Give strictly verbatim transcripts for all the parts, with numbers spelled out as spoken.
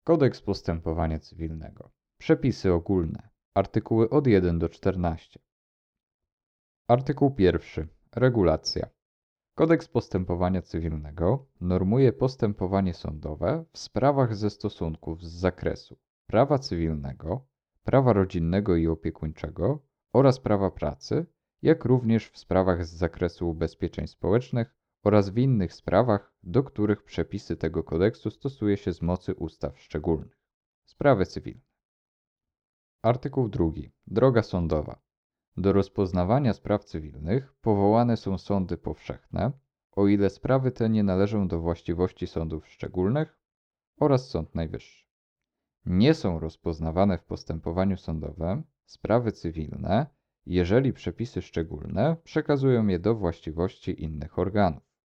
Kodeks postępowania cywilnego. Przepisy ogólne. Artykuły od jeden do czternastu. Artykuł pierwszy. Regulacja. Kodeks postępowania cywilnego normuje postępowanie sądowe w sprawach ze stosunków z zakresu prawa cywilnego, prawa rodzinnego i opiekuńczego oraz prawa pracy, jak również w sprawach z zakresu ubezpieczeń społecznych oraz w innych sprawach, do których przepisy tego kodeksu stosuje się z mocy ustaw szczególnych. Sprawy cywilne. Artykuł drugi. Droga sądowa. Do rozpoznawania spraw cywilnych powołane są sądy powszechne, o ile sprawy te nie należą do właściwości sądów szczególnych, oraz Sąd Najwyższy. Nie są rozpoznawane w postępowaniu sądowym sprawy cywilne, jeżeli przepisy szczególne przekazują je do właściwości innych organów.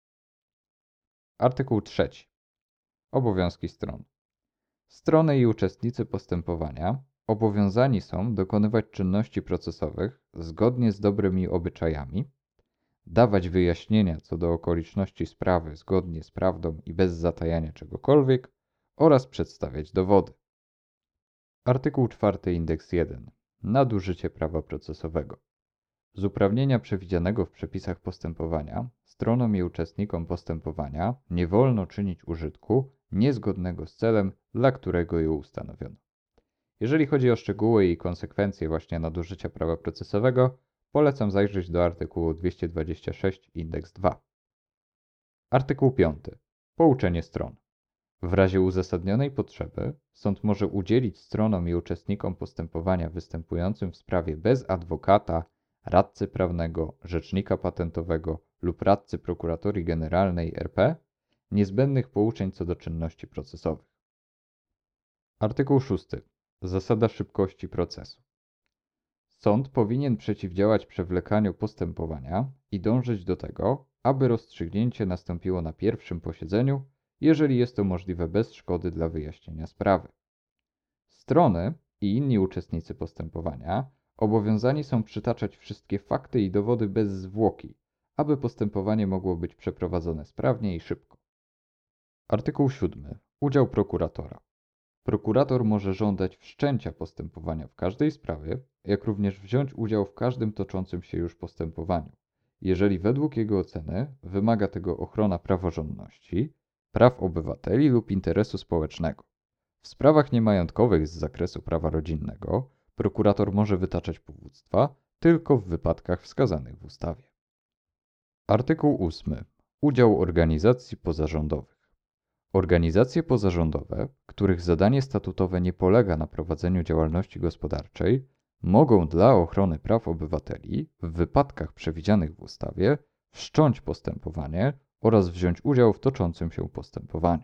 Artykuł trzeci. Obowiązki stron. Strony i uczestnicy postępowania obowiązani są dokonywać czynności procesowych zgodnie z dobrymi obyczajami, dawać wyjaśnienia co do okoliczności sprawy zgodnie z prawdą i bez zatajania czegokolwiek oraz przedstawiać dowody. Artykuł czwarty indeks jeden. Nadużycie prawa procesowego. Z uprawnienia przewidzianego w przepisach postępowania stronom i uczestnikom postępowania nie wolno czynić użytku niezgodnego z celem, dla którego je ustanowiono. Jeżeli chodzi o szczegóły i konsekwencje właśnie nadużycia prawa procesowego, polecam zajrzeć do artykułu dwieście dwadzieścia sześć indeks dwa. Artykuł piąty. Pouczenie stron. W razie uzasadnionej potrzeby sąd może udzielić stronom i uczestnikom postępowania występującym w sprawie bez adwokata, radcy prawnego, rzecznika patentowego lub radcy Prokuratorii Generalnej R P niezbędnych pouczeń co do czynności procesowych. Artykuł szósty. Zasada szybkości procesu. Sąd powinien przeciwdziałać przewlekaniu postępowania i dążyć do tego, aby rozstrzygnięcie nastąpiło na pierwszym posiedzeniu, jeżeli jest to możliwe bez szkody dla wyjaśnienia sprawy. Strony i inni uczestnicy postępowania obowiązani są przytaczać wszystkie fakty i dowody bez zwłoki, aby postępowanie mogło być przeprowadzone sprawnie i szybko. Artykuł siódmy. Udział prokuratora. Prokurator może żądać wszczęcia postępowania w każdej sprawie, jak również wziąć udział w każdym toczącym się już postępowaniu, jeżeli według jego oceny wymaga tego ochrona praworządności, praw obywateli lub interesu społecznego. W sprawach niemajątkowych z zakresu prawa rodzinnego prokurator może wytaczać powództwa tylko w wypadkach wskazanych w ustawie. Artykuł ósmy. Udział organizacji pozarządowych. Organizacje pozarządowe, których zadanie statutowe nie polega na prowadzeniu działalności gospodarczej, mogą dla ochrony praw obywateli w wypadkach przewidzianych w ustawie wszcząć postępowanie oraz wziąć udział w toczącym się postępowaniu.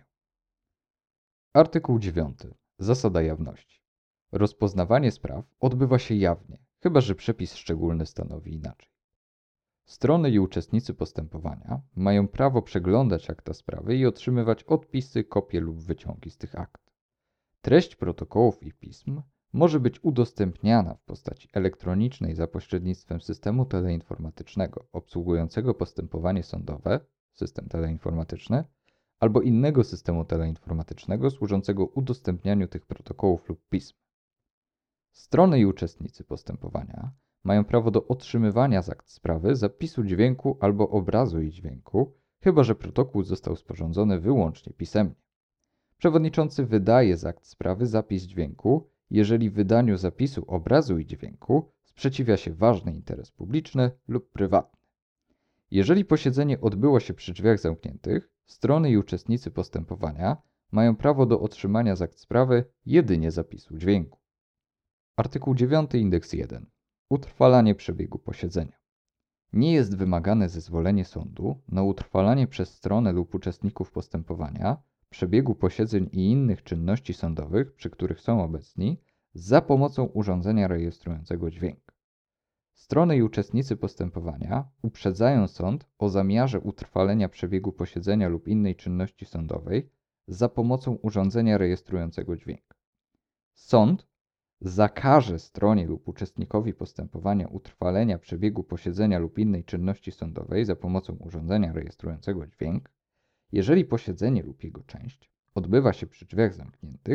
Artykuł dziewiąty. Zasada jawności. Rozpoznawanie spraw odbywa się jawnie, chyba że przepis szczególny stanowi inaczej. Strony i uczestnicy postępowania mają prawo przeglądać akta sprawy i otrzymywać odpisy, kopie lub wyciągi z tych akt. Treść protokołów i pism może być udostępniana w postaci elektronicznej za pośrednictwem systemu teleinformatycznego obsługującego postępowanie sądowe, system teleinformatyczny, albo innego systemu teleinformatycznego służącego udostępnianiu tych protokołów lub pism. Strony i uczestnicy postępowania mają prawo do otrzymywania z akt sprawy zapisu dźwięku albo obrazu i dźwięku, chyba że protokół został sporządzony wyłącznie pisemnie. Przewodniczący wydaje z akt sprawy zapis dźwięku, jeżeli wydaniu zapisu obrazu i dźwięku sprzeciwia się ważny interes publiczny lub prywatny. Jeżeli posiedzenie odbyło się przy drzwiach zamkniętych, strony i uczestnicy postępowania mają prawo do otrzymania z akt sprawy jedynie zapisu dźwięku. Artykuł dziewiąty indeks jeden. Utrwalanie przebiegu posiedzenia. Nie jest wymagane zezwolenie sądu na utrwalanie przez stronę lub uczestników postępowania przebiegu posiedzeń i innych czynności sądowych, przy których są obecni, za pomocą urządzenia rejestrującego dźwięk. Strony i uczestnicy postępowania uprzedzają sąd o zamiarze utrwalenia przebiegu posiedzenia lub innej czynności sądowej za pomocą urządzenia rejestrującego dźwięk. Sąd zakaże stronie lub uczestnikowi postępowania utrwalenia przebiegu posiedzenia lub innej czynności sądowej za pomocą urządzenia rejestrującego dźwięk, jeżeli posiedzenie lub jego część odbywa się przy drzwiach zamkniętych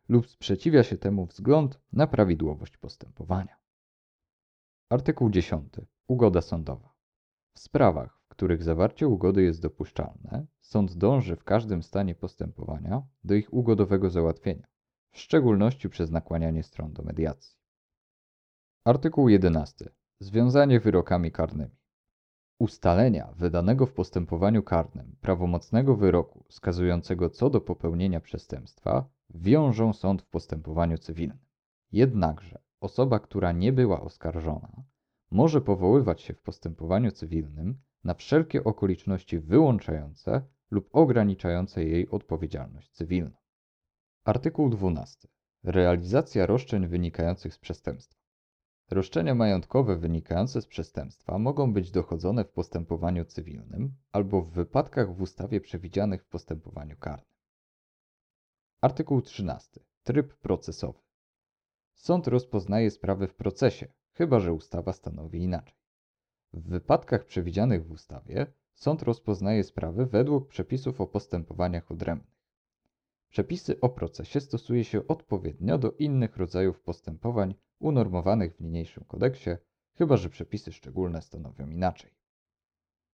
lub sprzeciwia się temu wzgląd na prawidłowość postępowania. Artykuł dziesiąty. Ugoda sądowa. W sprawach, w których zawarcie ugody jest dopuszczalne, sąd dąży w każdym stanie postępowania do ich ugodowego załatwienia, w szczególności przez nakłanianie stron do mediacji. Artykuł jedenasty. Związanie wyrokami karnymi. Ustalenia wydanego w postępowaniu karnym prawomocnego wyroku skazującego co do popełnienia przestępstwa wiążą sąd w postępowaniu cywilnym. Jednakże osoba, która nie była oskarżona, może powoływać się w postępowaniu cywilnym na wszelkie okoliczności wyłączające lub ograniczające jej odpowiedzialność cywilną. Artykuł dwunasty. Realizacja roszczeń wynikających z przestępstwa. Roszczenia majątkowe wynikające z przestępstwa mogą być dochodzone w postępowaniu cywilnym albo w wypadkach w ustawie przewidzianych w postępowaniu karnym. Artykuł trzynasty. Tryb procesowy. Sąd rozpoznaje sprawy w procesie, chyba że ustawa stanowi inaczej. W wypadkach przewidzianych w ustawie sąd rozpoznaje sprawy według przepisów o postępowaniach odrębnych. Przepisy o procesie stosuje się odpowiednio do innych rodzajów postępowań unormowanych w niniejszym kodeksie, chyba że przepisy szczególne stanowią inaczej.